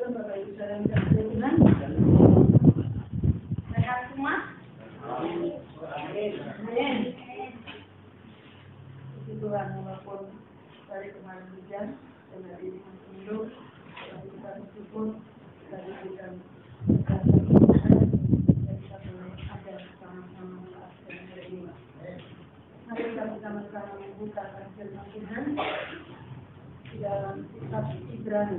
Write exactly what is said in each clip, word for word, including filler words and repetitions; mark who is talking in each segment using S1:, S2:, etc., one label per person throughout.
S1: Betul Bapak Ibu saudara yang Tuhan. Sehat semua? Amin. Amin. Puji Tuhan, walaupun dari kemarin hujan dan hari ini masih mendung, tapi kita bersyukur kita diberikan kesehatan dan kita boleh ada bersama-sama saat hari ini. Mari kita bersama-sama membuka firman Tuhan di dalam kitab Ibrani.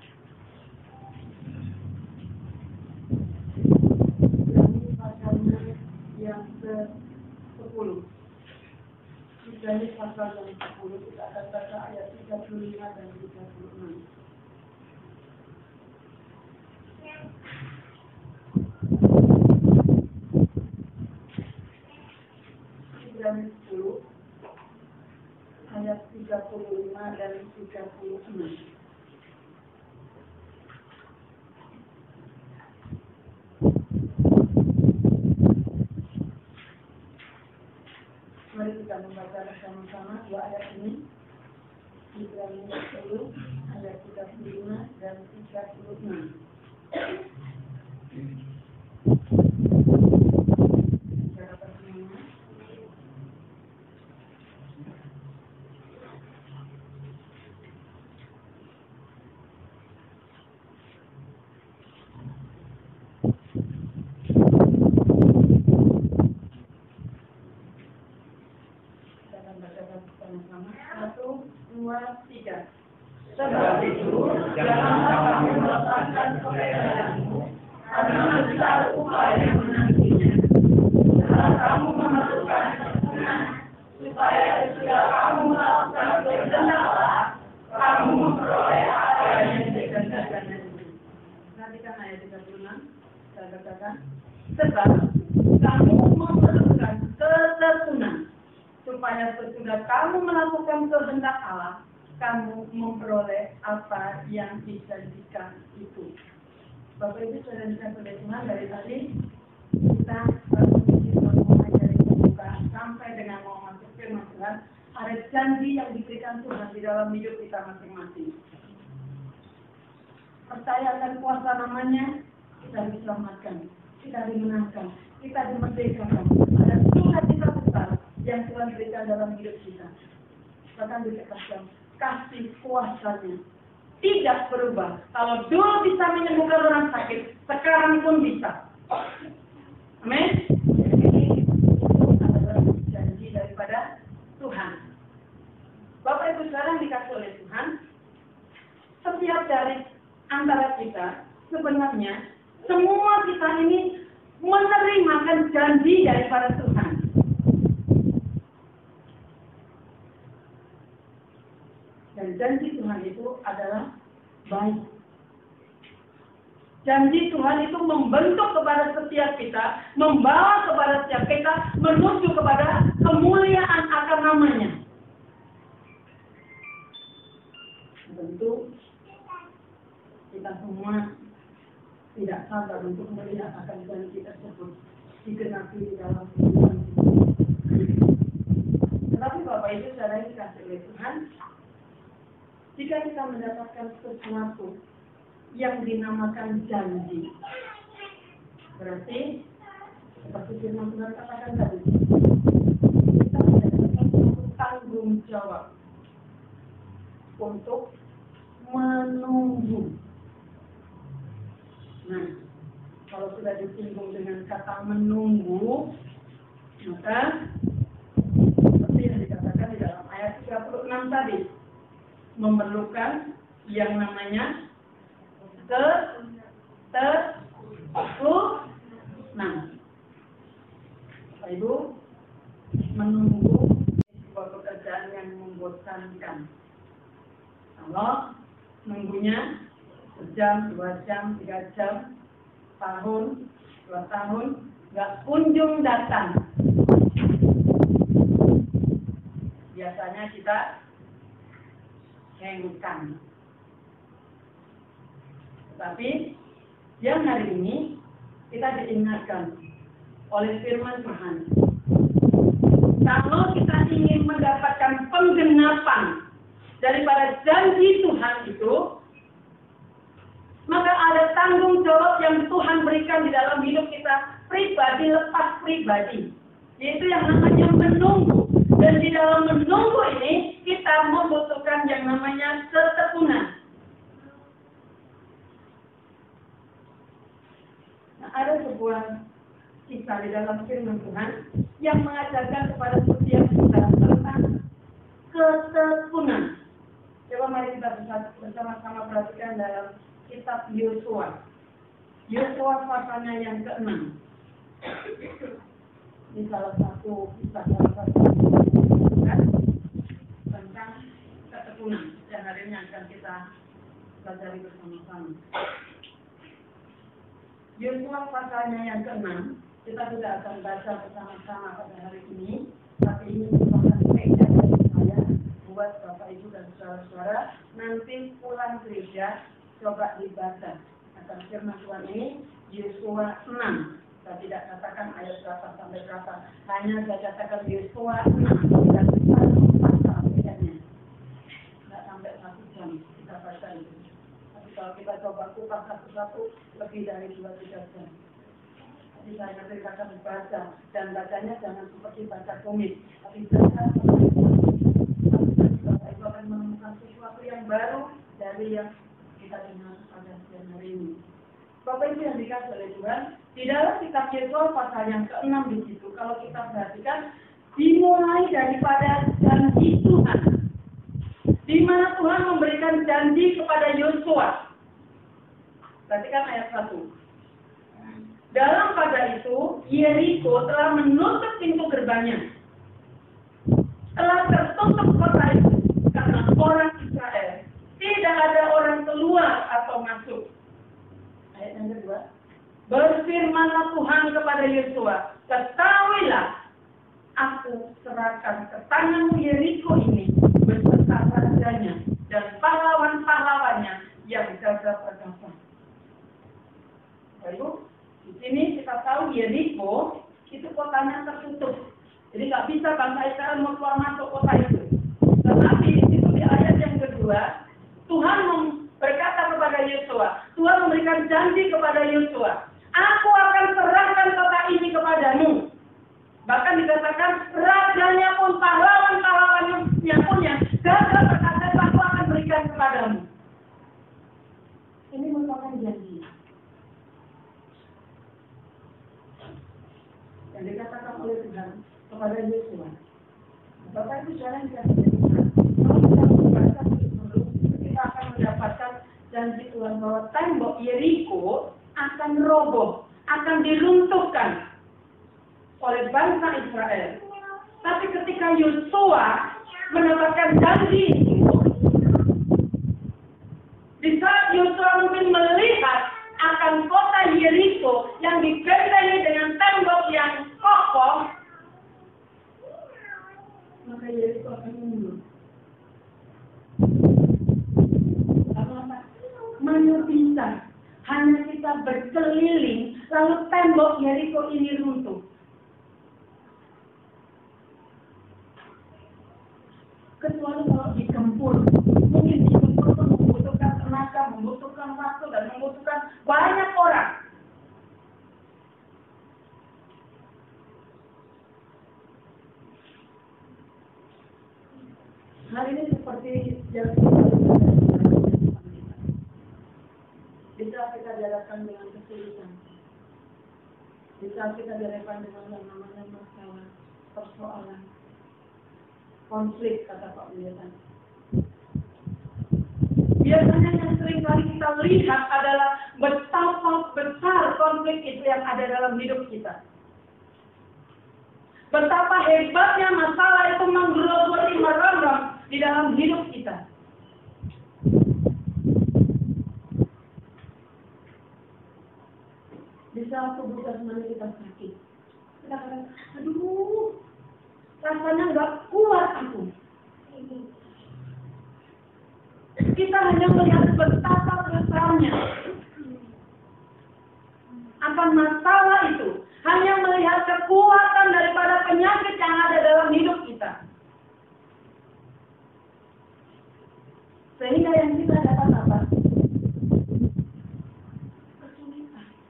S1: Ibrani pasalnya yang ke sepuluh. Ibrani pasal yang ke sepuluh, kita akan baca ayat tiga puluh lima dan tiga puluh enam. Ibrani sepuluh ayat tiga puluh lima dan tiga puluh enam. Mari kita membaca bersama-sama dua ayat ini. Ibrani sepuluh ayat tiga puluh lima dan tiga puluh enam. Satu, dua, tiga. Sebab itu, janganlah kamu melepaskan kebenaranmu, karena besar upaya menantinya. Setelah kamu memerlukan kebenaran, supaya sesudah kamu melakukan kebenaran Allah, kamu memperoleh apa yang dikehendakkan itu. Perhatikan ayat tiga puluh enam. Saya katakan, sebab kamu memerlukan ketekunan, supaya sesudah kamu melakukan kehendak Allah, kamu memperoleh apa yang dijanjikan itu. Bapak Ibu saudara sekalian Tuhan, dari tadi kita baru mempelajari pembuka sampai dengan mau masuk firman Tuhan, ada janji yang diberikan Tuhan di dalam hidup kita masing-masing. Percaya akan kuasa namanya, kita diselamatkan, kita dimenangkan, kita dimerdekakan. Ada sukacita besar yang Tuhan berikan dalam hidup kita. Bahkan dikatakan kasih kuasanya tidak berubah. Kalau dulu bisa menyembuhkan orang sakit, sekarang pun bisa. Amin. Ini adalah janji daripada Tuhan. Bapak Ibu sekarang dikasih oleh Tuhan. Setiap dari antara kita sebenarnya semua kita ini menerima janji daripada Tuhan. Dan janji Tuhan itu adalah baik. Janji Tuhan itu membentuk kepada setiap kita, membawa kepada setiap kita, menuju kepada kemuliaan akan namanya. Tentu kita semua tidak sabar untuk melihat akan janji tersebut digenapi di dalam kehidupan kita. Tetapi Bapak Ibu saudara yang dikasihi oleh Tuhan, jika kita mendapatkan sesuatu yang dinamakan janji, berarti seperti firman Tuhan katakan tadi, kita mendapatkan tanggung jawab untuk menunggu. Nah, kalau sudah disinggung dengan kata menunggu, maka seperti yang dikatakan di dalam ayat tiga puluh enam tadi, memerlukan yang namanya ketekunan. Bapak Ibu, menunggu sebuah pekerjaan yang membosankan. Kalau nunggunya sejam, dua jam, tiga jam, tahun, dua tahun, nggak kunjung datang. Biasanya kita hengkang. Tapi yang hari ini kita diingatkan oleh firman Tuhan. Kalau kita ingin mendapatkan penggenapan daripada janji Tuhan itu, maka yang Tuhan berikan di dalam hidup kita pribadi lepas pribadi, yaitu yang namanya menunggu. Dan di dalam menunggu ini kita membutuhkan yang namanya ketekunan. Nah, ada sebuah kisah di dalam firman Tuhan yang mengajarkan kepada setiap kita tentang ketekunan. Coba mari kita bersama-sama perhatikan dalam kitab Yosua. Yosua pasalnya yang keenam. Ini salah satu kisah salah satu tentang ketekunan yang hari ini akan kita pelajari bersama-sama. Yosua pasalnya yang keenam. Kita tidak akan baca bersama-sama pada hari ini, tapi ini merupakan faedah dari saya buat Bapak Ibu dan saudara-saudara. Nanti pulang gereja coba dibaca akan firman Tuhan ini Yosua enam. Saya tidak katakan ayat berapa sampai berapa, hanya saya katakan Yosua enam dan satu pasal bedanya. Tidak sampai satu jam kita baca itu. Tapi kalau kita coba kupas satu-satu lebih dari dua tiga jam. Jadi saya katakan baca dan bacanya jangan seperti baca komik, tapi baca Bapak Ibu akan menemukan sesuatu yang baru dari yang kita dengar pada siang hari ini. Bapak Ibu yang dikasih oleh Tuhan, di dalam kitab Yosua pasal yang keenam di situ, kalau kita perhatikan, dimulai daripada janji Tuhan, di mana Tuhan memberikan janji kepada Yosua. Perhatikan ayat satu. Dalam pada itu, Yeriko telah menutup pintu gerbangnya. Telah tertutup kota itu karena orang Israel. Tidak ada orang keluar atau masuk. Ayat yang kedua. Berfirmanlah Tuhan kepada Yosua, ketahuilah, aku serahkan ke tanganmu Yeriko ini beserta rajanya dan pahlawan-pahlawannya yang gagah perkasa. Baik, di sini kita tahu Yeriko itu kotanya tertutup. Jadi nggak bisa bangsa Israel mau keluar masuk kota itu. Tetapi di situ di ayat yang kedua, Tuhan berkata kepada Yosua, Tuhan memberikan janji kepada Yosua, aku akan serahkan kota ini kepadamu. Bahkan dikatakan rajanya pun, pahlawan-pahlawannya pun yang gagah perkasa aku akan berikan kepadamu. Ini merupakan janji yang dikatakan oleh Tuhan kepada Yosua. Bapak Ibu saudara yang dikasihi Tuhan, kalau kita membaca dulu, kita akan mendapatkan janji Tuhan bahwa tembok Yeriko akan roboh, akan diruntuhkan oleh bangsa Israel. Tapi ketika Yosua mendapatkan janji itu, di saat Yosua mungkin melihat akan kota Yeriko yang dibentengi dengan tembok yang kokoh, maka Yeriko akan mundur. Apa? Mana bisa hanya kita berkeliling lalu tembok Yeriko ini runtuh. Kecuali kalau digempur, mungkin digempur itu membutuhkan tenaga, membutuhkan waktu dan membutuhkan banyak orang. Hal ini seperti yang bisa kita dihadapkan dengan kesulitan, bisa kita dihadapkan dengan yang namanya masalah, persoalan, konflik, kata Pak William. Biasanya yang sering kali kita lihat adalah betapa besar konflik itu yang ada dalam hidup kita. Betapa hebatnya masalah itu menggerogoti merongrong di dalam hidup kita. Di saat tubuh jasmani kita sakit, kita katakan, aduh, rasanya nggak kuat aku. Kita hanya melihat betapa besarnya akan masalah itu, hanya melihat kekuatan daripada penyakit yang ada dalam hidup kita. Sehingga yang kita dapat apa? Kesulitan.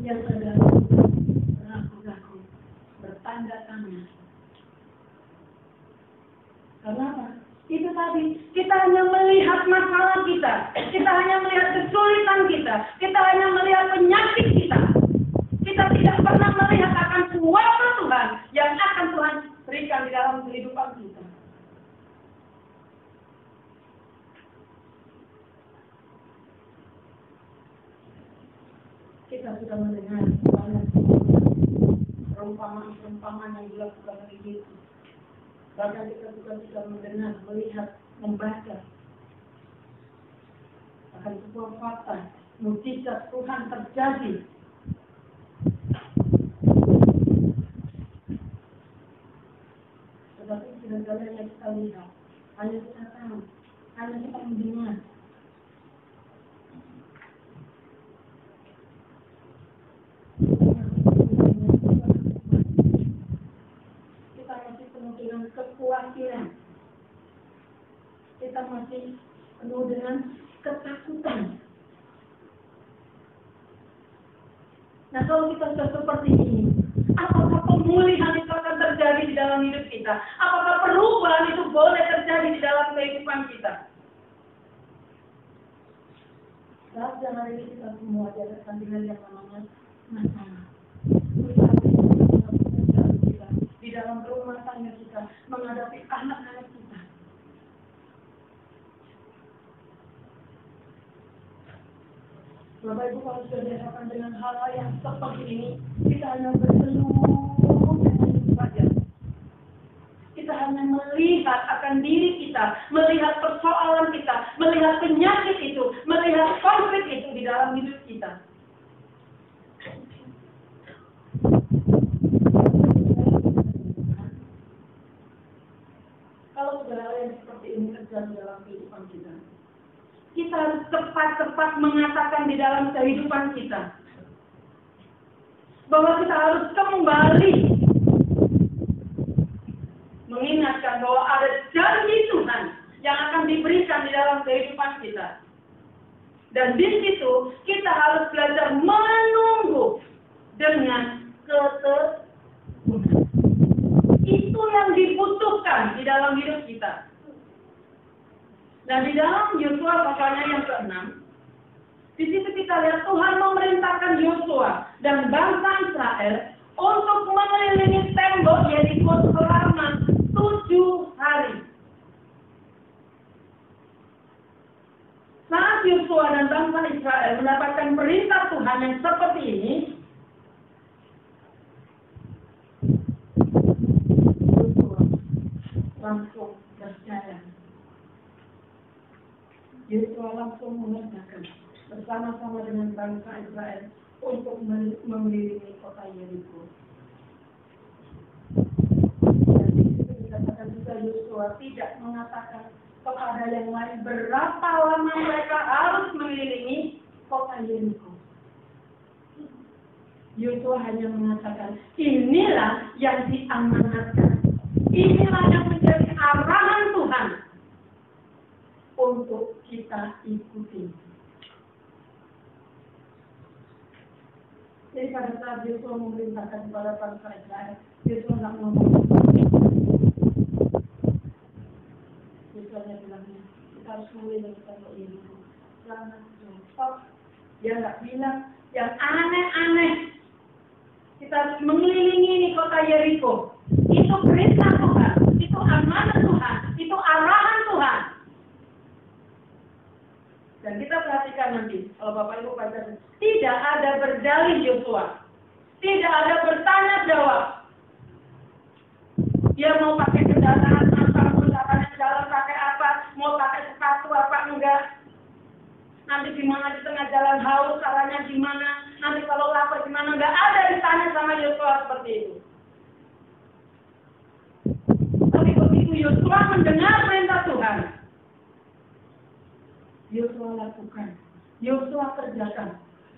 S1: yang ada ragu-ragu, bertanda tanya. Karena apa? Itu tadi, kita hanya melihat masalah kita, kita hanya melihat kesulitan kita, kita hanya melihat penyakit kita. Kita tidak pernah melihat akan kuasa Tuhan yang akan Tuhan berikan di dalam kehidupan kita. Kita sudah mendengar banyak perumpamaan-perumpamaan yang dilakukan oleh Yesus. Bahkan kita juga sudah mendengar, melihat, membaca akan sebuah fakta, mukjizat Tuhan terjadi. Tetapi segala-galanya kita lihat, hanya kita tahu, hanya kita mendengar. Kita masih penuh dengan kekhawatiran. Kita masih penuh dengan ketakutan. Nah, kalau kita sudah seperti ini, apakah pemulihan itu akan terjadi di dalam hidup kita? Apakah perubahan itu boleh terjadi di dalam kehidupan kita? Saat yang hari ini kita semua dihadapkan dengan yang namanya masalah. Di dalam rumah tangga kita, menghadapi anak-anak kita. Bapak Ibu, kalau sudah dihadapkan dengan hal-hal yang seperti ini, kita hanya berseluruh saja. Kita hanya melihat akan diri kita, melihat persoalan kita, melihat penyakit itu, melihat konflik itu di dalam hidup kita. Kalau segala hal yang seperti ini terjadi dalam kehidupan kita, kita harus cepat-cepat mengatakan di dalam kehidupan kita bahwa kita harus kembali mengingatkan bahwa ada janji Tuhan yang akan diberikan di dalam kehidupan kita. Dan di situ kita harus belajar menunggu dengan ketekunan. Itu yang dibutuhkan di dalam hidup kita. Nah, di dalam Yosua pasalnya yang keenam, di situ kita lihat Tuhan memerintahkan Yosua dan bangsa Israel untuk mengelilingi tembok Yeriko selama tujuh hari. Saat Yosua dan bangsa Israel mendapatkan perintah Tuhan yang seperti ini, Yosua langsung berjalan. Yosua langsung mengerjakan bersama-sama dengan bangsa Israel untuk mengelilingi kota Yeriko. Dan di situ dikatakan juga Yosua tidak mengatakan kepada yang lain berapa lama mereka harus mengelilingi kota Yeriko. Yosua hanya mengatakan, inilah yang diamanatkan, inilah yang menjadi arahan Tuhan untuk kita ikuti. Jadi pada saat Yosua memerintahkan kepada bangsa Israel, Yosua tidak ngomong. Yosua hanya bilangnya, kita harus mengelilingi tembok Yeriko. Jangan stop. Dia nggak bilang yang aneh-aneh. Kita harus mengelilingi ini kota Yeriko. Itu perintah Tuhan, itu amanat Tuhan, itu arahan Tuhan. Dan kita perhatikan nanti, kalau Bapak Ibu baca, tidak ada berdalih Yosua, tidak ada bertanya jawab. Dia mau pakai kendaraan apa, kendaraan jalan pakai apa, mau pakai sepatu apa enggak. Nanti di mana di tengah jalan haus, caranya di mana, nanti kalau lapar di mana, enggak ada ditanya sama Yosua seperti itu. Tapi begitu Yosua mendengar perintah Tuhan, Yosua lakukan, Yosua kerjakan.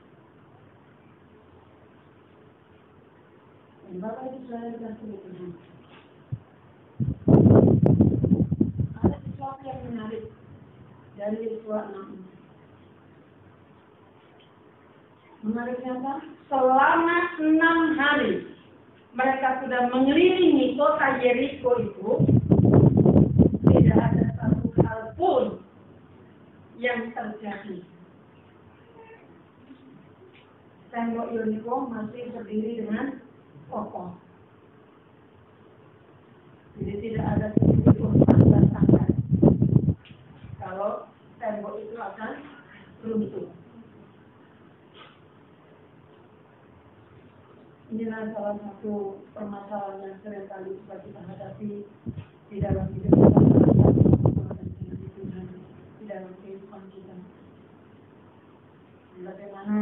S1: Dan Bapak Ibu Saudara kasih Tuhan, ada sesuatu yang menarik dari Yosua enam ini. Menariknya apa? selama enam hari mereka sudah mengelilingi kota Yeriko itu, tidak ada satu hal pun yang terjadi. Tembok Yeriko masih berdiri dengan kokoh. Jadi tidak ada sedikit pun tanda-tanda kalau tembok itu akan runtuh. Inilah salah satu permasalahan yang sering kali kita hadapi di dalam hidup kita, di dalam kehidupan kita. Bagaimana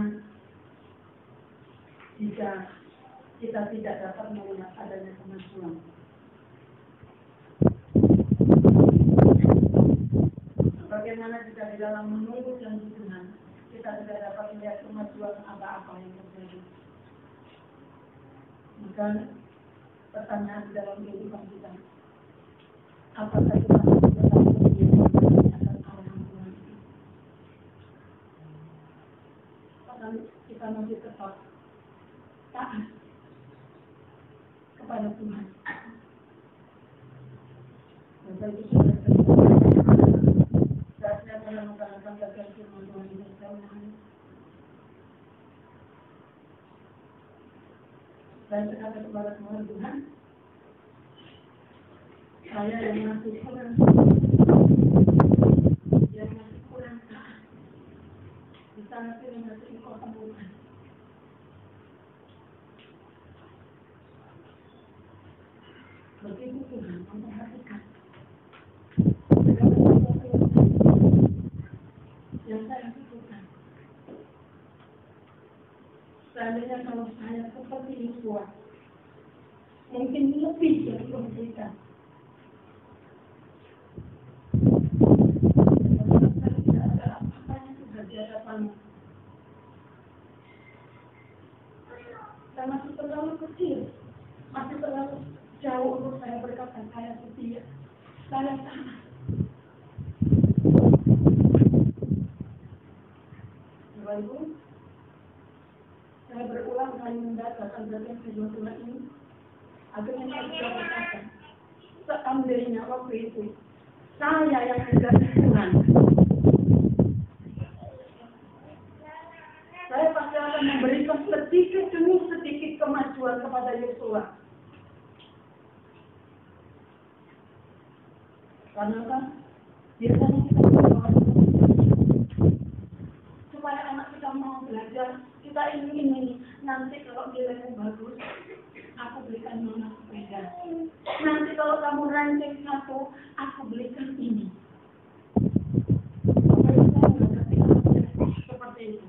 S1: jika kita tidak dapat melihat adanya kemajuan? Bagaimana jika di dalam menunggu janji Tuhan kita tidak dapat melihat kemajuan apa-apa yang terjadi? Maka pertanyaan di dalam kehidupan kita, apakah kita masih tetap setia akan arahan Tuhan? Apakah kita masih tetap taat kepada Tuhan? Bapak itu sudah terjadi. Saatnya menemukan bagian firman Tuhan ini bersama. Saya berkata kepada Tuhan, Tuhan, saya yang masih kurang, yang masih kurang taat, di sana sini masih Engkau temukan. Begitu Tuhan memperhatikan segala sesuatu yang saya butuhkan. Seandainya kalau saya seperti ini kuat, mungkin lebih dari pemerintah. Kalau tidak ada apa-apa yang sudah di hadapanmu, saya masih terlalu kecil, masih terlalu jauh untuk saya berkata saya setia, saya taat. Bapak Ibu, saya berulang kali mendapatkan bagian kedua Tuhan ini. Akhirnya saya bisa berkata, seandainya waktu itu saya yang menjadi Tuhan, saya pasti akan memberikan sedikit demi sedikit kemajuan kepada Yosua. Karena kan biasanya kita berdoa supaya anak kita mau belajar. Kita ingin ini, nanti kalau nilainya bagus, aku belikan mama sepeda. Nanti kalau kamu ranking satu, aku belikan ini. Seperti itu.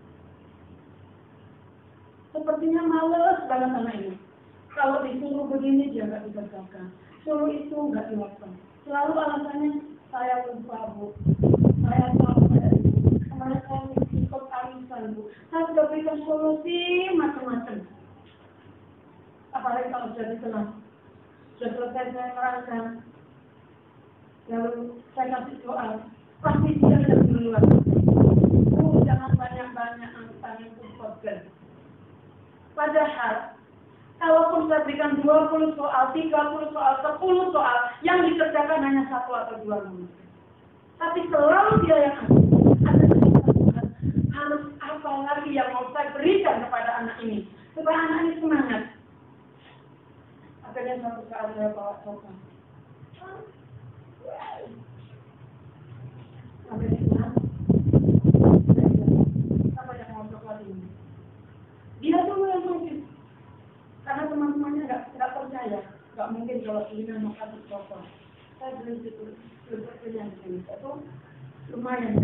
S1: Sepertinya males banget anak ini. Kalau disuruh begini, dia nggak dikerjakan. Suruh itu nggak dilakukan. Selalu alasannya, saya lupa bu. Saya tahu saya ibu. Kemarin saya ikut arisan bu. Saya sudah berikan solusi macam-macam. Apalagi kalau sudah di kelas. Sudah selesai saya merasakan. Lalu saya kasih soal. Pasti dia sudah duluan. Bu, jangan banyak-banyak angka itu podcast. Padahal, kalaupun saya berikan dua puluh soal, tiga puluh soal, sepuluh soal, yang dikerjakan hanya satu atau dua menit. Tapi selalu dia yang ada kesempatan. Harus apa lagi yang mau saya berikan kepada anak ini, supaya anak ini semangat. Akhirnya suatu saat saya bawa coklat. Sampai di sana, apa yang mau coklat ini? Dia dulu yang mungkin. Karena teman-temannya nggak nggak percaya, nggak mungkin kalau ini mau kasih coklat. Saya beli itu, beli yang ini, itu lumayan.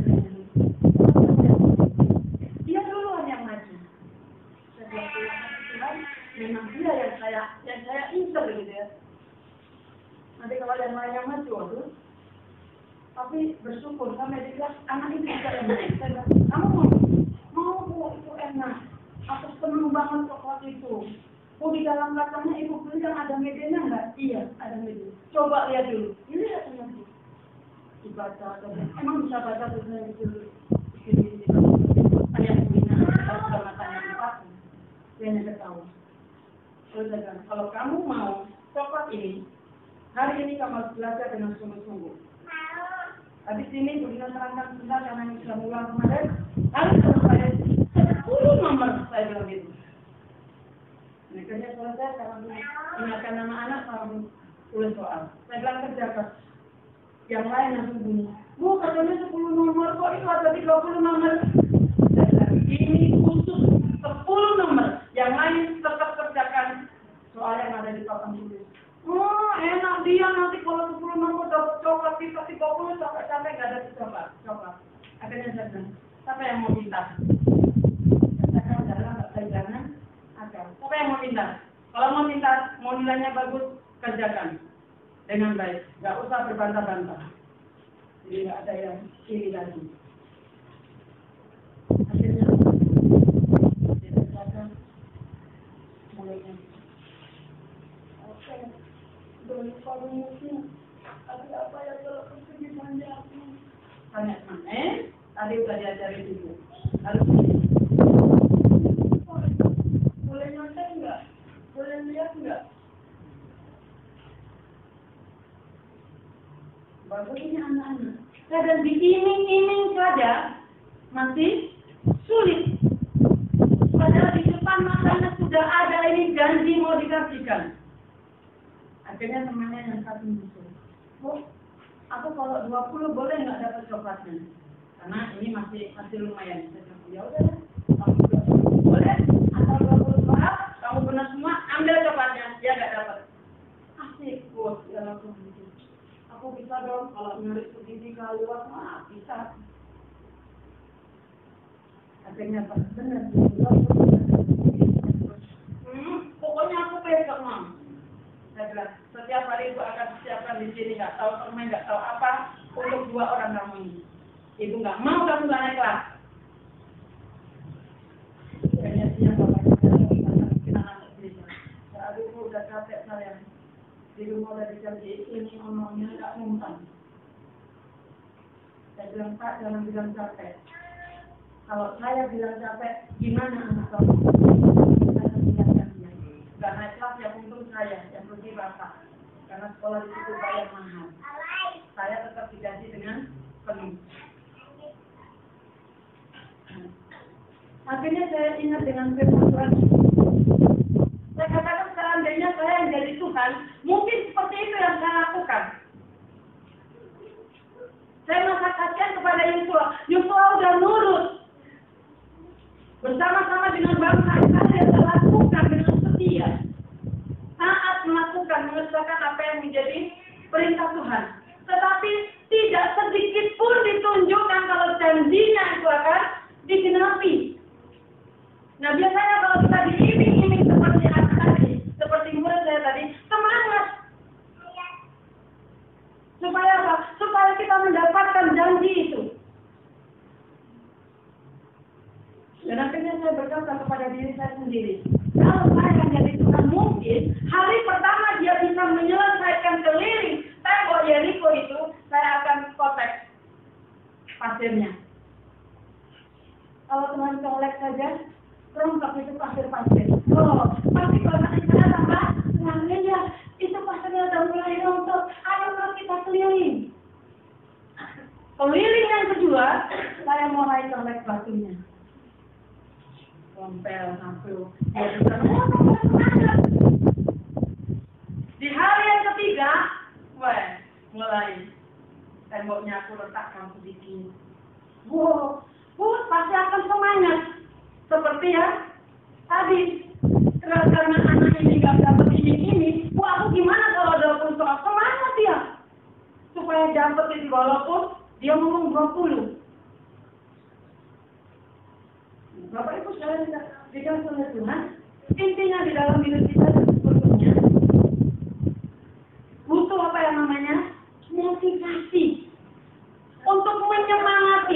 S1: Dia duluan yang maju. Saya bilang Tuhan, memang dia yang saya yang saya incer gitu ya. Nanti kalau yang lain yang maju, aduh. Tapi bersyukur sampai di kelas anak itu juga yang maju. Saya bilang, kamu mau mau bu itu enak. Aku senang banget coklat itu. Oh, di dalam kacangnya ibu beli kan ada medianya enggak? Iya, ada media. Coba lihat dulu. Ini lihat dulu. Dibaca, emang bisa baca tulisannya itu. Ayat bunyinya, kalau sudah matanya dipakai. Dia ketawa. Terus saya bilang, kalau kamu mau coklat ini, hari ini kamu harus belajar dengan sungguh-sungguh. Habis ini Budina terangkan sebentar karena ini sudah ulang kemarin. Harus selesai sepuluh nomor, saya bilang gitu. Nah, kerja selesai, sekarang ingatkan anak-anak sama tulis soal. Saya bilang kerjakan. Yang lain langsung bunyi. Bu, katanya sepuluh nomor, kok itu ada tiga puluh nomor? Saya bilang, ini khusus sepuluh nomor. Yang lain tetap kerjakan soal yang ada di papan tulis. Oh, enak dia nanti kalau sepuluh nomor dapat coklat kita tiga puluh sampai-sampai nggak ada coklat. Coklat. Akhirnya saya bilang, siapa yang mau pintar? Katakan adalah nggak saya jangan. Akal. Siapa yang mau pintar? Kalau mau pintar, mau nilainya bagus, kerjakan dengan baik. Nggak usah berbantah-bantah. Jadi nggak ada yang kiri lagi. Akhirnya, saya katakan mulainya. Oke, boleh kalau mungkin ada apa ya kalau kesini tanya aku. Tanya mana? Eh, tadi udah diajarin dulu. Harus boleh nyontek enggak? Boleh lihat enggak? Bagusnya anak-anak. Kadang diiming-iming saja masih sulit. Padahal di depan matanya sudah ada ini janji mau dikasihkan. Akhirnya temannya yang satu muncul. Oh, aku kalau dua puluh boleh nggak dapat coklatnya? Karena ini masih masih lumayan. Saya bilang, ya udah, kamu dua puluh boleh, atau dua puluh maaf, kamu benar semua, ambil coklatnya, dia nggak dapat. Asik, bos, ya langsung gitu. Aku bisa dong, kalau nyari begini kali luar, mah bisa. Akhirnya pas benar, hmm, pokoknya aku pegang, Mam. Saya bilang, setiap hari ibu akan siapkan di sini, nggak tahu permen, nggak tahu apa, untuk dua orang kamu ini. Ibu nggak mau kamu nggak naik kelas. Kayaknya siang bapaknya bikin anak bisa. Aduh, ibu udah capek saya. Di rumah udah dijanji, ini omongnya nggak mungkin. Saya bilang, Pak, jangan bilang capek. Kalau saya bilang capek, gimana anak kamu? Saya bilang dia. Nggak naik kelas yang untung saya, yang rugi bapak. Karena sekolah di situ bayar mahal. Saya tetap digaji dengan penuh. Akhirnya saya ingat dengan firman Tuhan. Saya katakan seandainya saya yang jadi Tuhan, mungkin seperti itu yang saya lakukan. Saya merasa kasihan kepada Yosua. Yosua udah nurut. Bersama-sama dengan bangsa Israel saya lakukan dengan setia. Taat melakukan, mengerjakan apa yang menjadi perintah Tuhan. Tetapi tidak sedikit pun ditunjukkan kalau janjinya itu akan digenapi. Nah, biasanya kalau kita diiming-iming seperti anak tadi, seperti murid saya tadi, semangat. Supaya apa? Supaya kita mendapatkan janji itu. Dan akhirnya saya berkata kepada diri saya sendiri, kalau saya jadi Tuhan, mungkin hari pertama dia bisa menyelesaikan keliling tembok Yeriko itu, saya akan kotek pasirnya. Kalau Tuhan colek saja, rongkak itu pasir-pasir. Oh, pasti kalau saya tambah, nah ya, itu pasirnya udah mulai rontok. Ayo kalau kita keliling. Keliling yang kedua, saya mulai colek batunya. Kompel, sampul, dia bisa semangat. Di hari yang ketiga, weh, mulai temboknya aku letakkan sedikit. Wow, wow, pasti akan semangat. Seperti ya tadi, karena anak ini nggak dapat ini ini, wah aku gimana kalau dua puluh soal, semangat dia supaya dapat itu walaupun dia ngomong dua puluh. Bapak Ibu sekalian dikasih oleh Tuhan, intinya di dalam hidup kita sebetulnya butuh apa yang namanya motivasi untuk menyemangati.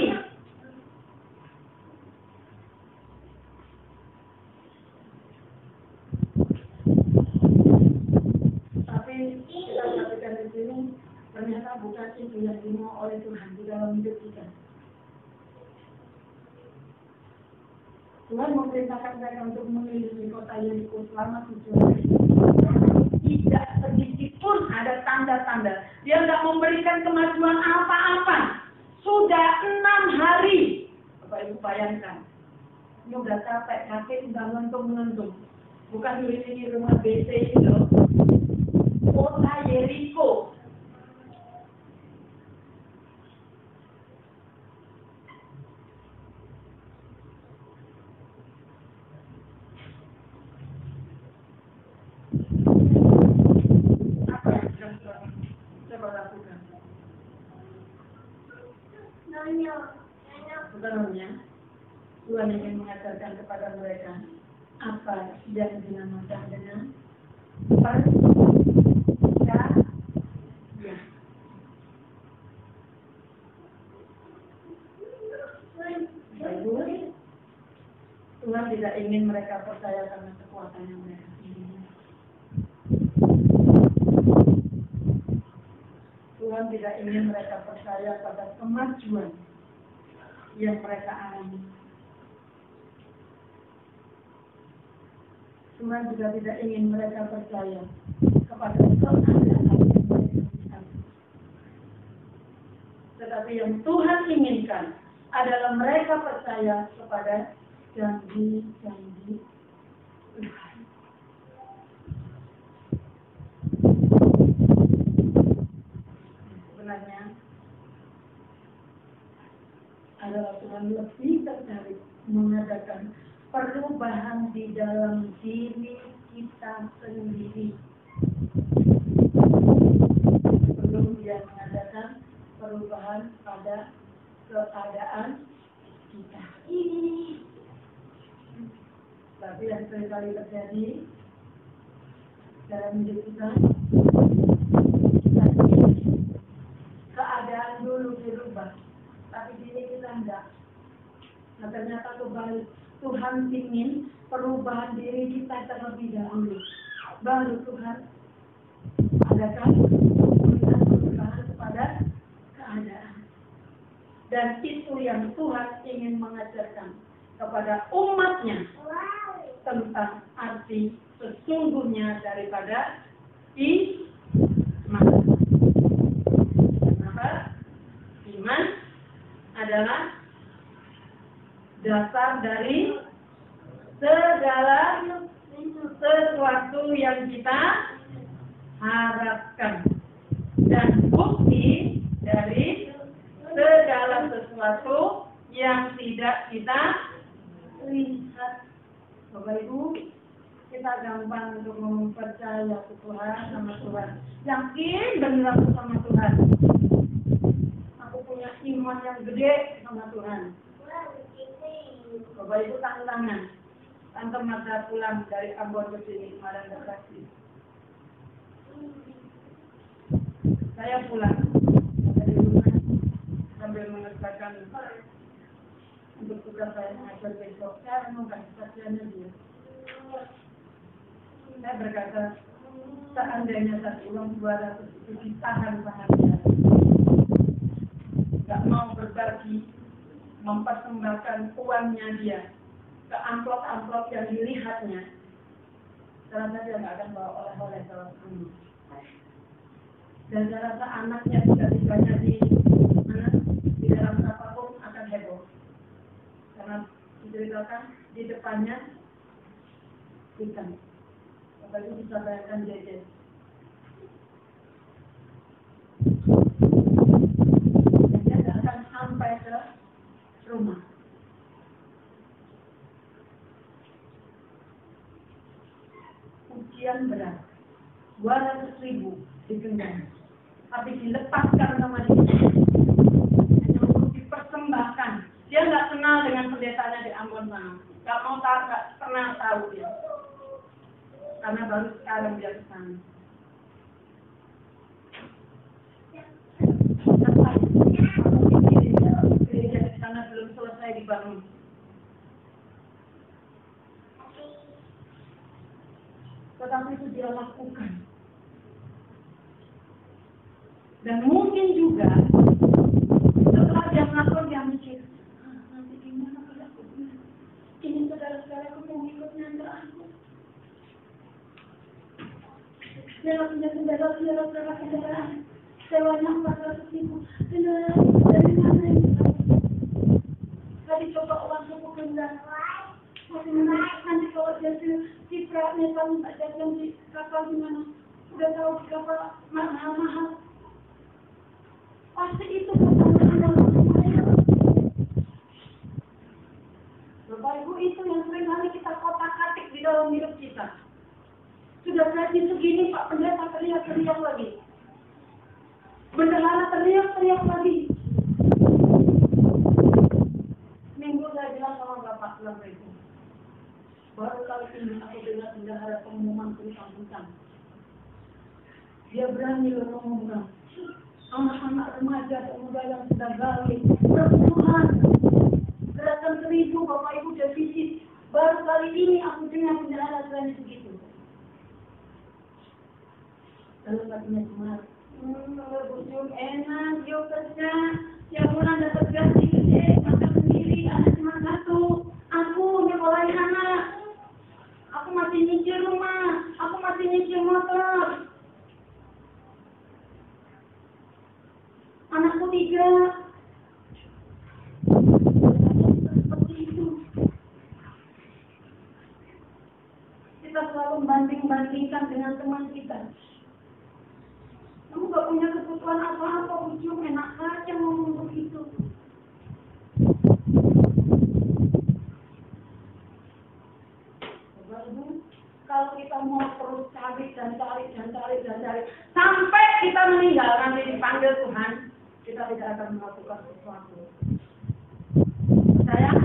S1: Tapi kita perhatikan di sini ternyata bukan itu yang dimau oleh Tuhan di dalam hidup kita. Tuhan memerintahkan mereka untuk mengelilingi kota Yeriko selama tujuh hari. Tidak sedikit pun ada tanda-tanda. Dia tidak memberikan kemajuan apa-apa. Sudah enam hari. Bapak Ibu bayangkan. Ini udah capek, kaki udah ngentung-ngentung. Bukan ini rumah B C itu. Kota Yeriko. Apa yang sedang coba lakukan? Sebenarnya Tuhan ingin mengajarkan kepada mereka apa yang dinamakan dengan percaya. Baik, Tuhan tidak ingin mereka percaya karena kekuatan yang mereka miliki. Tuhan tidak ingin mereka percaya pada kemajuan yang mereka alami. Tuhan juga tidak ingin mereka percaya kepada keadaan yang mereka alami. Tetapi yang Tuhan inginkan adalah mereka percaya kepada janji-janji Tuhan. Sebenarnya adalah Tuhan lebih tertarik mengadakan perubahan di dalam diri kita sendiri sebelum Dia mengadakan perubahan pada keadaan kita. Tapi yang seringkali terjadi dalam hidup kita, keadaan dulu dirubah, tapi diri kita enggak. Nah ternyata kebalik, Tuhan ingin perubahan diri kita terlebih dahulu, baru Tuhan adakan perubahan kepada keadaan. Dan itu yang Tuhan ingin mengajarkan kepada umatnya tentang arti sesungguhnya daripada iman. Kenapa? Iman adalah dasar dari segala sesuatu yang kita harapkan dan bukti dari segala sesuatu yang tidak kita lihat. Bapak Ibu, kita gampang untuk mempercaya ke Tuhan sama Tuhan. Yakin benar aku sama Tuhan. Aku punya iman yang gede sama Tuhan. Bapak Ibu tantangan. Tante Marta pulang dari Ambon ke sini kemarin bersaksi. Saya pulang dari rumah sambil mengerjakan untuk tugas saya mengajar besok. Saya mau kasih saksiannya dia. Saya berkata, seandainya satu uang dua ratus itu ditahan tangan dia, nggak mau berbagi, mempersembahkan uangnya dia ke amplop-amplop yang dilihatnya, karena dia nggak akan bawa oleh-oleh ke rumah. Dan saya rasa anaknya juga tidaknya di mana di dalam apapun akan heboh, karena diceritakan di depannya ikan. Bapak Ibu bisa bayangkan jejer. Dia tidak akan sampai ke rumah. Ujian berat, dua ratus ribu digenggam, tapi dilepaskan sama dia. Untuk dipersembahkan. Dia nggak kenal dengan pendetanya di Ambon sana. Nggak mau tahu, nggak pernah tahu dia. Karena baru sekarang dia ke sana. Gereja di sana belum selesai dibangun. Tetapi itu dia lakukan. Dan mungkin juga setelah dia melakukan, dia mikir, ah, nanti gimana kalau aku ini saudara Biar punya kendaraan, biar punya kendaraan. Sewanya empat ratus ribu. Kendaraan dari mana ini? Tadi coba uang suku kendaraan. Nanti kalau jadi cipratnya kamu tak jalan di kapal gimana? Udah tahu di kapal mahal-mahal. Pasti itu pertanyaan saya. Bapak Ibu, itu yang sering kali kita kotak-katik di dalam hidup kita. Sudah gaji segini, Pak Pendeta teriak-teriak lagi. Bendahara teriak-teriak lagi. Minggu saya bilang sama Bapak bilang itu. Baru kali ini aku dengar bendahara pengumuman tentang-tentang. Dia berani loh ngomong. Anak-anak remaja dan muda yang sedang gawe perpuluhan gerakan seribu Bapak Ibu defisit. Baru kali ini aku dengar bendahara berani begitu. Lalu katanya cuma, hmm, kalau bujung enak, dia kerja, tiap bulan dapat gaji gede, makan sendiri, anak cuma satu. Aku nyekolahin anak, aku masih nyicil rumah, aku masih nyicil motor. Anakku tiga. Seperti itu. Kita selalu banding-bandingkan dengan teman kita. Kamu gak punya kebutuhan apa-apa, ujung enak aja ngomong begitu. Kalau kita mau terus cari dan cari dan cari dan cari sampai kita meninggal nanti dipanggil Tuhan, kita tidak akan melakukan sesuatu. Percaya?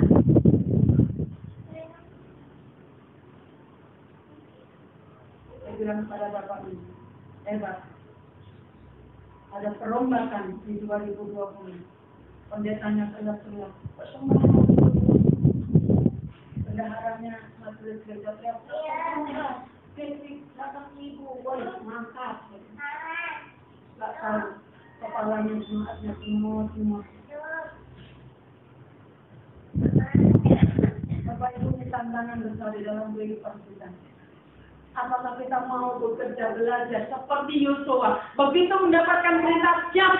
S1: Saya bilang kepada Bapak ini, hebat. Ada perombakan di dua ribu dua puluh. Pendetanya teriak-teriak, persembahan. Bendaharanya majelis gereja teriak-teriak. Basic delapan ribu, boleh mantap. Gak tahu kepalanya jemaatnya semua semua. Bapak Ibu, ini tantangan besar di dalam kehidupan kita. Apakah kita mau bekerja belajar seperti Yosua? Begitu mendapatkan perintah siap.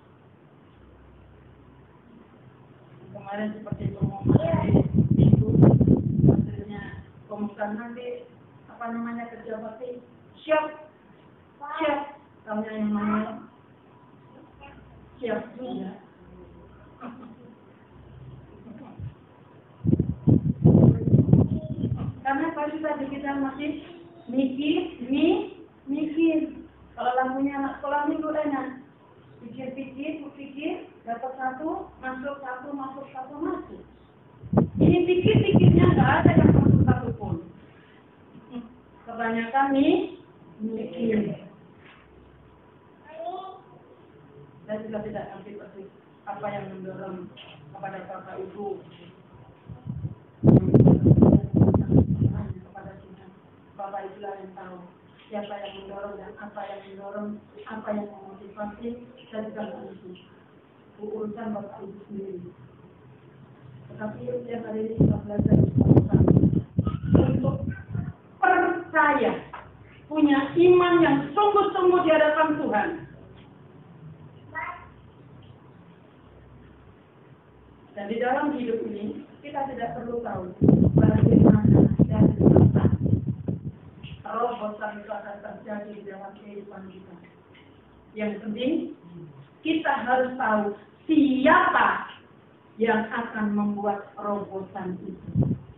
S1: Kemarin seperti pengumuman itu, hasilnya pengumuman nanti apa namanya kerja bakti siap, siap. Kamu yang mana? Siap juga. Karena pasti tadi kita masih mikir, mi, mikir. Kalau lampunya anak sekolah minggu enak. Pikir-pikir, pikir, dapat satu, masuk satu, masuk satu, masuk. Ini pikir-pikirnya nggak ada yang masuk satu pun. Kebanyakan nih, mikir. Saya juga tidak ngerti persis apa yang mendorong kepada Bapak Ibu. Bapak Ibu yang tahu siapa yang mendorong dan apa yang mendorong, apa yang memotivasi, saya juga ngerti. Urusan Bapak Ibu sendiri. Tetapi yang hari ini kita belajar untuk percaya, punya iman yang sungguh-sungguh di hadapan Tuhan. Dan di dalam hidup ini kita tidak perlu tahu bagaimana dan apa roh bosan itu akan terjadi di dalam kehidupan kita. Yang penting kita harus tahu siapa yang akan membuat roh bosan itu.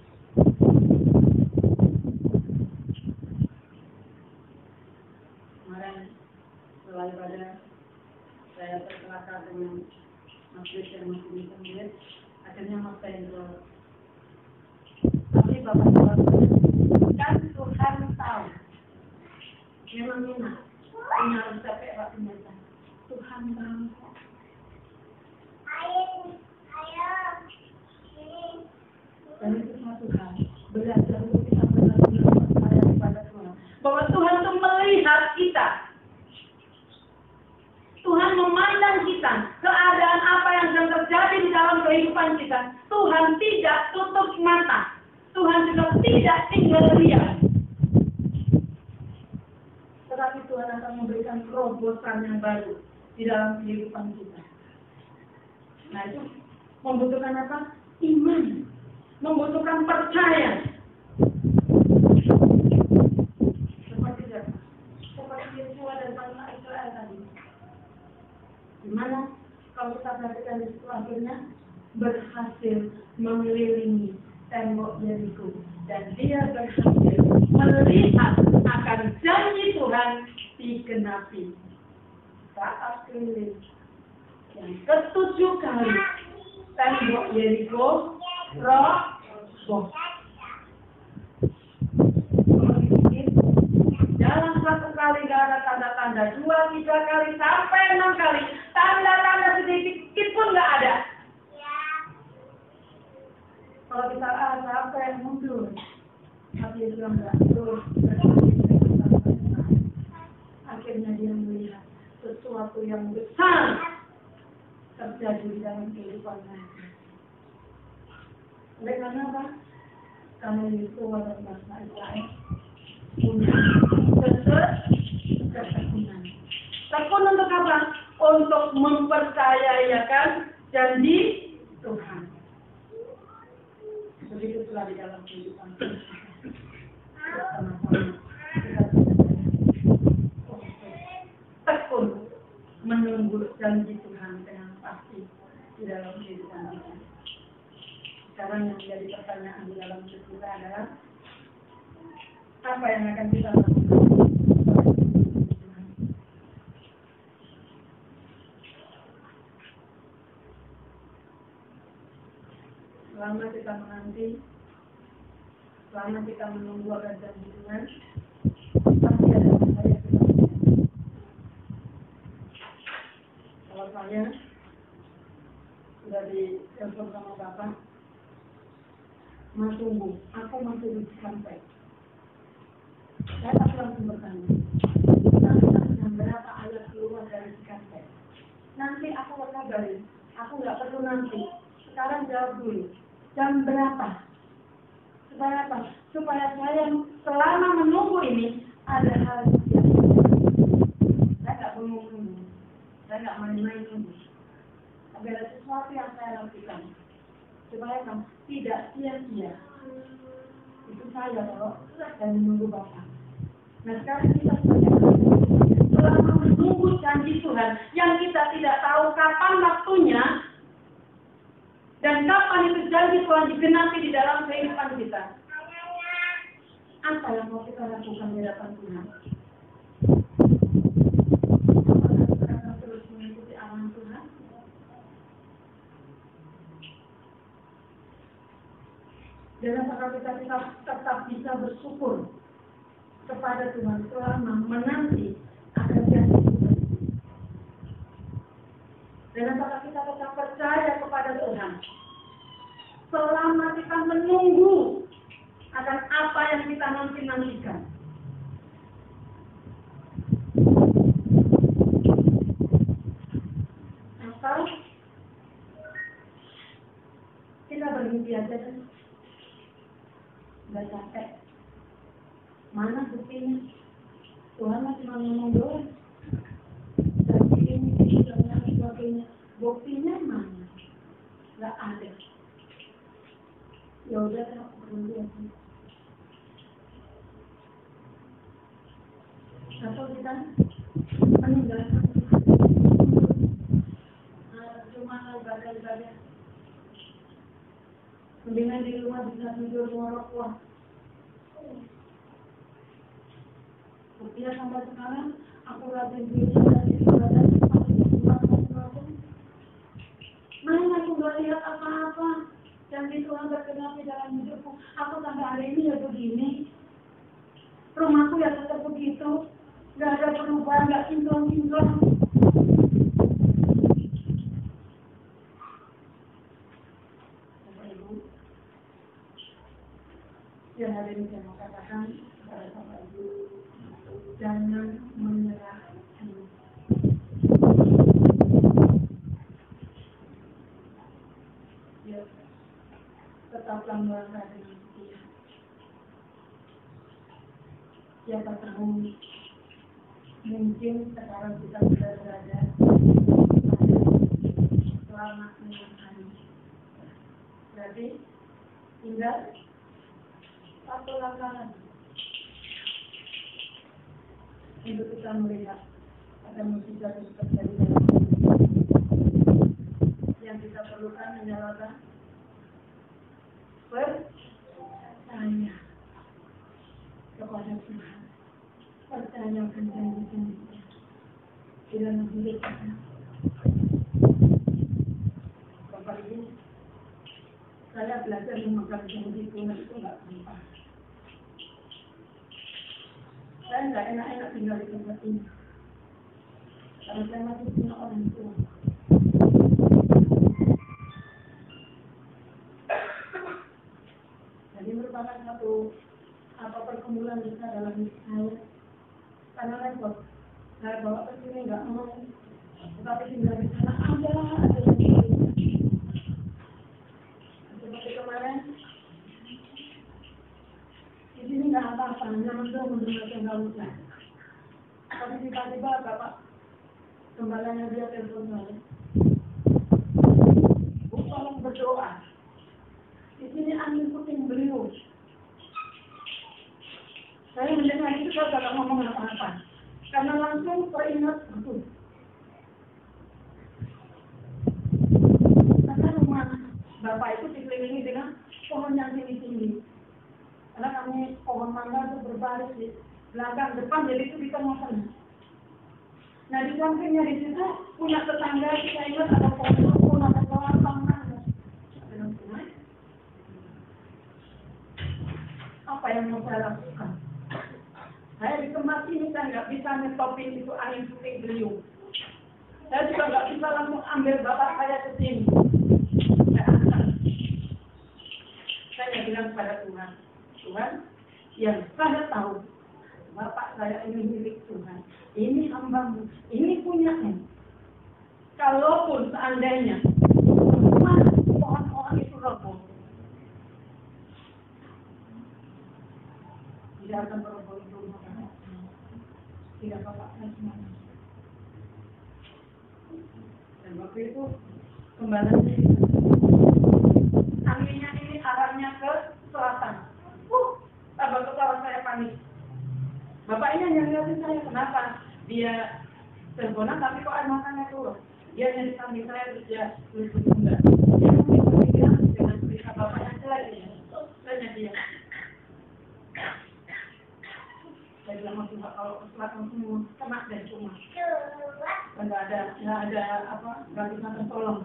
S1: Kemarin setelah ibadah saya berkelakar dengan masjid yang masih di pinggir, akhirnya Mas Hendro. Tapi Bapak Bapak kan Tuhan tahu. Memang enak. Ini harus capek Pak Pendeta. Tuhan tahu. Dan itu satu hal. Belajar untuk kita benar-benar percaya kepada Tuhan. Bahwa Tuhan itu melihat kita. Tuhan memandang kita, keadaan apa yang sedang terjadi di dalam kehidupan kita. Tuhan tidak tutup mata. Tuhan juga tidak tinggal diam. Tetapi Tuhan terobosan yang baru di dalam kehidupan kita. Nah itu membutuhkan apa? Iman, membutuhkan percaya. Seperti apa? Seperti Yosua dan bangsa Israel tadi. Dimana kalau kita perhatikan di situ akhirnya berhasil mengelilingi tembok Yeriko dan dia berhasil melihat akan janji Tuhan digenapi saat keliling yang ketujuh kali tembok Yeriko roboh. Dalam satu kali gak ada tanda-tanda, dua, tiga kali, sampai enam kali, tanda-tanda sedikit pun gak ada. Kalau kita ada apa yang muncul, tapi itu enggak terus. Akhirnya dia melihat sesuatu yang besar terjadi di dalam kehidupan mereka. Oleh karena apa? Karena itu adalah bangsa Israel punya ketekunan. Tekun untuk apa? Untuk mempercayakan janji Tuhan. Begitu pula di dalam kehidupan kita. Tekun menunggu janji Tuhan dengan pasti di dalam kehidupan kita. Sekarang yang menjadi pertanyaan di dalam hidup kita adalah apa yang akan kita lakukan? Selama kita menanti, selama kita menunggu akan janji Tuhan, pasti ada masa yang kita lakukan. Kalau saya sudah ditelepon sama Bapak, Mas tunggu, aku masih di sampai. Saya tak langsung bertanya, jam berapa ayat keluar dari Cikampek? Nanti aku berkabarin, aku nggak perlu nanti. Sekarang jawab dulu, jam berapa? Supaya apa? Supaya saya selama menunggu ini ada hal yang saya nggak menunggu, saya nggak main-main nunggu. Tapi ada sesuatu yang saya lakukan supaya kamu tidak sia-sia. Itu saya loh, dan menunggu Bapak. Nah sekarang kita selama menunggu janji Tuhan yang kita tidak tahu kapan waktunya dan kapan itu janji Tuhan digenapi di dalam kehidupan kita. Apa yang mau kita lakukan di hadapan Tuhan? Apakah kita akan terus mengikuti arahan Tuhan? Dan apakah kita, kita tetap bisa bersyukur kepada Tuhan selama menanti akan janji Tuhan? Dan apakah kita tetap percaya kepada Tuhan selama kita menunggu akan apa yang kita nanti-nantikan? Atau kita berhenti aja kan? Udah capek. Mana buktinya? Tuhan masih mau ngomong doang. Jadi ini dan sebagainya. Buktinya mana? Gak ada. Ya udah kan berhenti aja. Atau kita meninggalkan cuma ibadah-ibadah. Mendingan di rumah bisa tidur ngorok kuah. Buktinya sampai sekarang aku rajin beribadah di ibadah mana aku nggak lihat apa-apa yang di Tuhan berkenan di dalam hidupku. Aku sampai hari ini ya begini. Rumahku ya tetap begitu. Nggak ada perubahan, nggak kinclong-kinclong. Yang hari ini saya mau katakan kepada Bapak Ibu, jangan menyerah. Ya, tetaplah melangkah dengan setia. Siapa tahu mungkin sekarang kita sudah berada selama enam hari. Berarti tinggal satu langkah lagi untuk kita melihat ada mujizat yang terjadi dalam hidup. Yang kita perlukan hanyalah percaya kepada Tuhan, percaya akan janji-janji di dalam hidup kita. Bapak Ibu, saya belajar memegang janji Tuhan itu nggak gampang. Saya nggak enak-enak tinggal di tempat ini, karena saya masih punya orang tua. Jadi merupakan satu apa pergumulan besar dalam hidup saya, karena repot. Saya bawa ke sini nggak mau, tetapi tinggal di sana ada ada yang seperti kemarin. Di sini nggak apa-apa, hanya mendung mendung gambutnya. Tapi tiba-tiba bapak gembalanya dia telepon saya, Bu, tolong berdoa. Di sini angin puting beliung. Saya mendengar itu saya tidak ngomong apa-apa, karena langsung teringat betul. Karena rumah bapak itu dikelilingi dengan pohon yang tinggi-tinggi. Karena kami pohon mangga itu berbaris di belakang depan, jadi itu di tengah-tengah. Nah di sampingnya di situ punya tetangga, kita ingat ada pohon, ada pohon mangga. Apa yang mau saya lakukan? Saya di tempat ini saya nggak bisa nyetopin itu angin puting beliung. Saya juga nggak bisa langsung ambil bapak saya ke sini. Saya bilang pada Tuhan, Tuhan, yang saya tahu bapak saya ini milik Tuhan, ini hambamu, ini punyanya. Kalaupun seandainya pohon-pohon itu roboh, tidak akan beroboh itu rumah bapak. Tidak bapak saya semuanya. Dan waktu itu kembalinya anginnya ini arahnya ke selatan. Uh, tambah kepala saya panik. Bapak ini hanya ngeliatin saya, kenapa? Dia teleponan tapi kok air matanya turun. Dia hanya di samping saya terus dia tulis enggak. Dia berpikiran dengan cerita bapak yang jelek ya. Saya dia. Saya bilang masih kalau selatan semua kena dan cuma. Enggak ada, enggak ada apa, ganti kata tolong.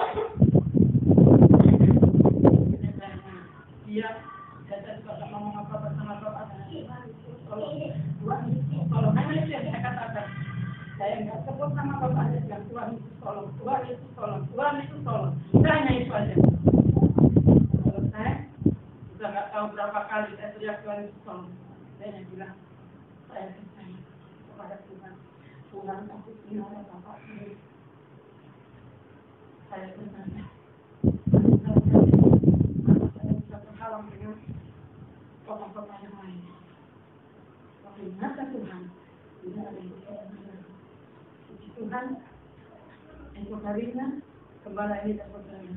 S1: Dia, saya juga tak ngomong apa-apa sama bapak. Kalau Tuhan itu tolong, hanya itu yang saya katakan. Saya enggak sebut sama bapak aja, bilang Tuhan itu tolong, Tuhan itu tolong, Tuhan itu tolong. Saya hanya itu aja. Kalau saya sudah nggak tahu berapa kali saya teriak Tuhan itu tolong. Saya hanya bilang, saya percaya kepada Tuhan. Tuhan kasih pelihara bapak sendiri. Saya percaya. Halang dengan kota-kota yang lain. Waktu mata Tuhan tidak ada yang bisa mengajar. Puji Tuhan, untuk harinya gembala ini dapat berani.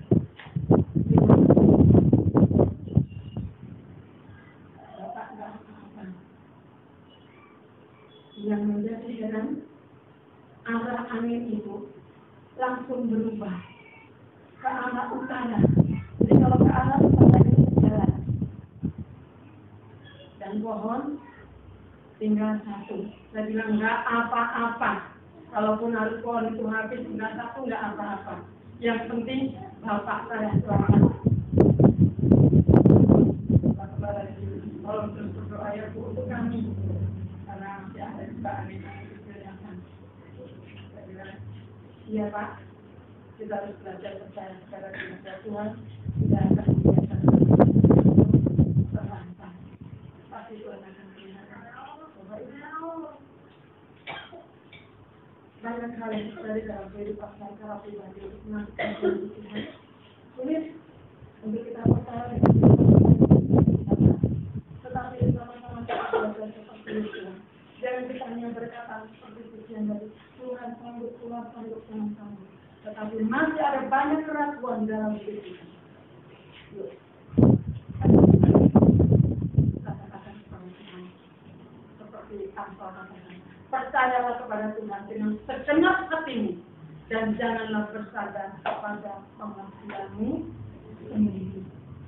S1: Bapak enggak apa-apa. Yang menjadi heran, arah angin itu langsung berubah ke arah utara. Jadi kalau ke arah utara jalan dan pohon tinggal satu. Saya bilang nggak apa-apa. Kalaupun harus pohon itu habis tinggal satu nggak apa-apa. Yang penting bapak saya selamat. Tolong terus berdoa ya Bu untuk kami karena masih ada juga angin yang kelihatan. Saya bilang iya Pak. Kita harus belajar percaya kepada Tuhan. Tidak akan biasa terlantar. Pasti Tuhan akan kelihatan. Banyak hal yang terjadi dalam kehidupan saya secara pribadi untuk menantikan Tuhan. Sulit untuk kita percaya dengan Tuhan. Tetapi sama-sama kita belajar seperti Tuhan. Jangan kita hanya berkata seperti pujian dari Tuhan sanggup, Tuhan sanggup, Tuhan sanggup. Tetapi masih ada banyak keraguan dalam hidup kita. Yuk. Kata-kata seperti Tuhan. Seperti Amsal katakan. Percayalah kepada Tuhan dengan segenap hatimu. Dan janganlah bersandar kepada pengertianmu sendiri.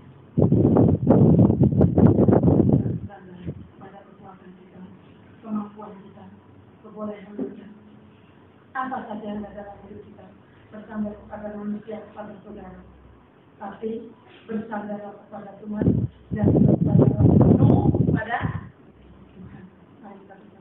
S1: Bersandar pada kekuatan kita, kemampuan kita, kebolehan kita. Apa saja yang ada dalam hidup kita. Bersandar kepada manusia, kepada saudara. Tapi bersandarlah kepada Tuhan dan bersandarlah penuh kepada Tuhan. Mari kita